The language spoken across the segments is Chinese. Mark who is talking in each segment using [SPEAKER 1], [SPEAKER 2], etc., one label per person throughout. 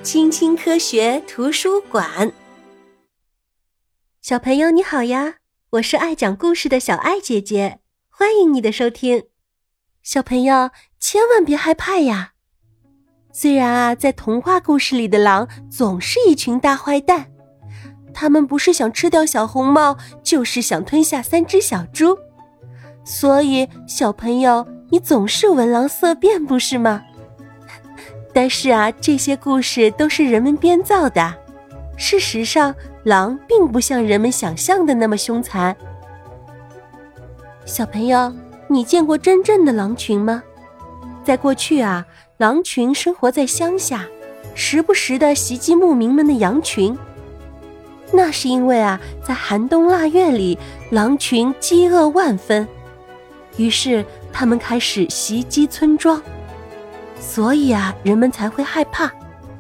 [SPEAKER 1] 青青科学图书馆。小朋友你好呀，我是爱讲故事的小爱姐姐，欢迎你的收听。小朋友千万别害怕呀，虽然在童话故事里的狼总是一群大坏蛋，他们不是想吃掉小红帽，就是想吞下3只小猪，所以小朋友你总是闻狼色变不是吗？但是这些故事都是人们编造的，事实上狼并不像人们想象的那么凶残。小朋友，你见过真正的狼群吗？在过去狼群生活在乡下，时不时地袭击牧民们的羊群。那是因为在寒冬腊月里，狼群饥饿万分，于是他们开始袭击村庄，所以人们才会害怕。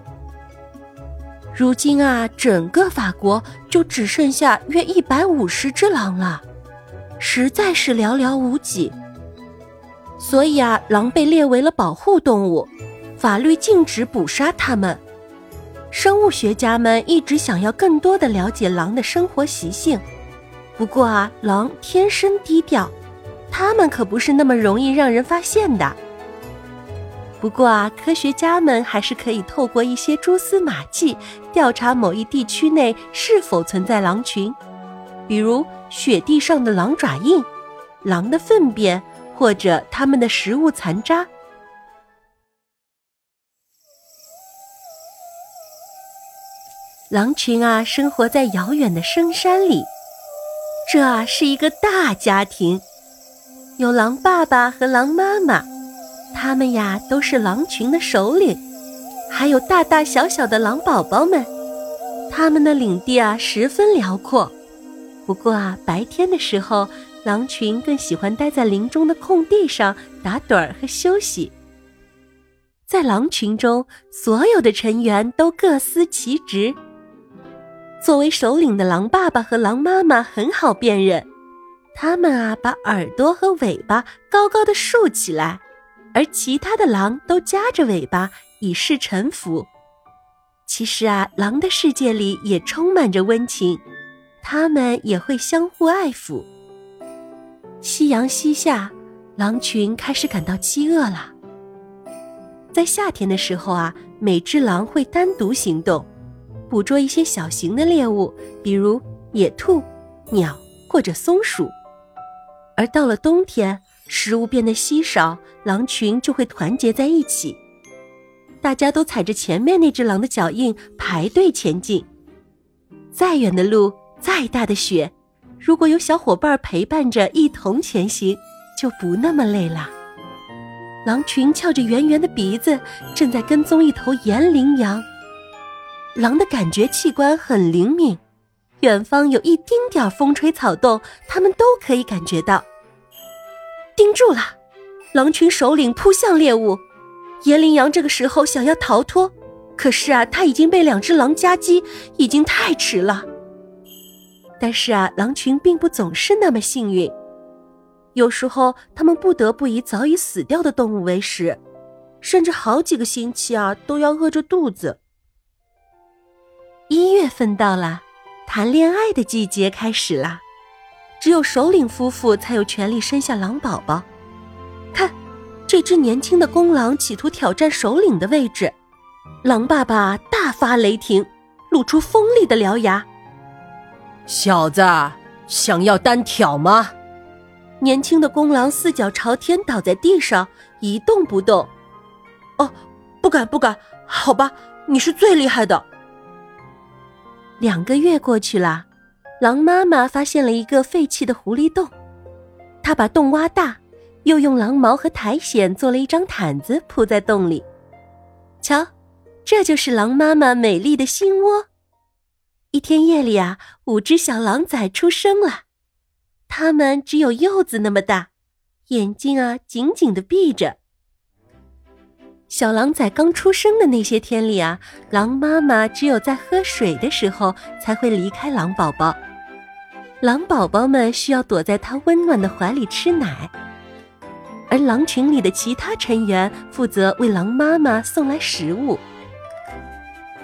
[SPEAKER 1] 如今整个法国就只剩下约150只狼了，实在是寥寥无几。所以狼被列为了保护动物，法律禁止捕杀它们。生物学家们一直想要更多地了解狼的生活习性，不过狼天生低调，它们可不是那么容易让人发现的。不过科学家们还是可以透过一些蛛丝马迹调查某一地区内是否存在狼群，比如雪地上的狼爪印、狼的粪便或者它们的食物残渣。狼群生活在遥远的深山里，这是一个大家庭，有狼爸爸和狼妈妈，他们都是狼群的首领，还有大大小小的狼宝宝们，他们的领地十分辽阔。不过白天的时候，狼群更喜欢待在林中的空地上打盹儿和休息。在狼群中，所有的成员都各司其职。作为首领的狼爸爸和狼妈妈很好辨认，他们把耳朵和尾巴高高的竖起来，而其他的狼都夹着尾巴以示臣服。其实狼的世界里也充满着温情，他们也会相互爱抚。夕阳西下，狼群开始感到饥饿了。在夏天的时候每只狼会单独行动，捕捉一些小型的猎物，比如野兔、鸟或者松鼠。而到了冬天，食物变得稀少，狼群就会团结在一起，大家都踩着前面那只狼的脚印排队前进。再远的路，再大的雪，如果有小伙伴陪伴着一同前行，就不那么累了。狼群翘着圆圆的鼻子，正在跟踪一头岩羚羊。狼的感觉器官很灵敏，远方有一丁点风吹草动，它们都可以感觉到。盯住了！狼群首领扑向猎物，岩羚羊这个时候想要逃脱，可是它已经被2只狼夹击，已经太迟了。但是狼群并不总是那么幸运，有时候它们不得不以早已死掉的动物为食，甚至好几个星期都要饿着肚子。1月份到了，谈恋爱的季节开始了，只有首领夫妇才有权利生下狼宝宝。看，这只年轻的公狼企图挑战首领的位置，狼爸爸大发雷霆，露出锋利的獠牙。
[SPEAKER 2] 小子，想要单挑吗？
[SPEAKER 1] 年轻的公狼4脚朝天倒在地上，一动不动。不敢，好吧，你是最厉害的。2个月过去了，狼妈妈发现了一个废弃的狐狸洞，她把洞挖大，又用狼毛和苔藓做了一张毯子铺在洞里。瞧，这就是狼妈妈美丽的新窝。一天夜里5只小狼崽出生了，它们只有柚子那么大，眼睛紧紧地闭着。小狼崽刚出生的那些天里狼妈妈只有在喝水的时候才会离开狼宝宝，狼宝宝们需要躲在它温暖的怀里吃奶，而狼群里的其他成员负责为狼妈妈送来食物。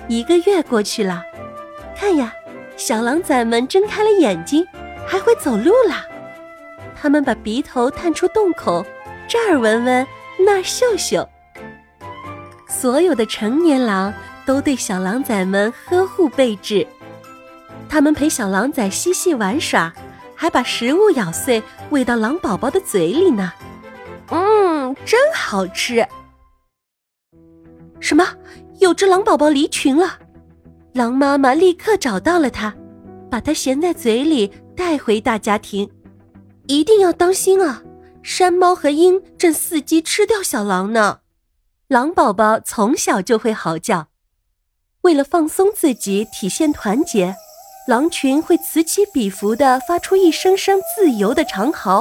[SPEAKER 1] 1个月过去了，看呀，小狼崽们睁开了眼睛，还会走路啦。它们把鼻头探出洞口，这儿闻闻，那儿嗅嗅。所有的成年狼都对小狼崽们呵护备至，他们陪小狼崽嬉戏玩耍，还把食物咬碎喂到狼宝宝的嘴里呢。真好吃。什么？有只狼宝宝离群了！狼妈妈立刻找到了它，把它衔在嘴里带回大家庭。一定要当心啊！山猫和鹰正伺机吃掉小狼呢。狼宝宝从小就会嚎叫，为了放松自己，体现团结，狼群会此起彼伏地发出一声声自由的长嚎。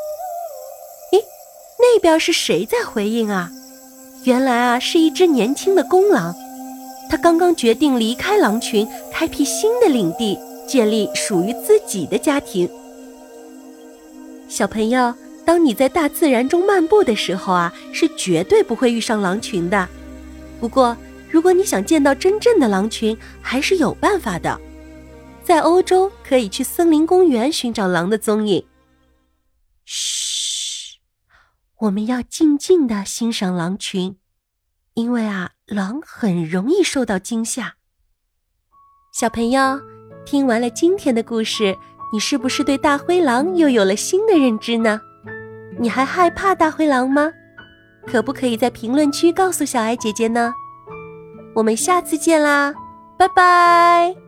[SPEAKER 1] 那边是谁在回应啊？原来是一只年轻的公狼，它刚刚决定离开狼群，开辟新的领地，建立属于自己的家庭。小朋友，当你在大自然中漫步的时候是绝对不会遇上狼群的。不过，如果你想见到真正的狼群，还是有办法的。在欧洲，可以去森林公园寻找狼的踪影。嘘，我们要静静地欣赏狼群，因为狼很容易受到惊吓。小朋友，听完了今天的故事，你是不是对大灰狼又有了新的认知呢？你还害怕大灰狼吗？可不可以在评论区告诉小艾姐姐呢？我们下次见啦，拜拜。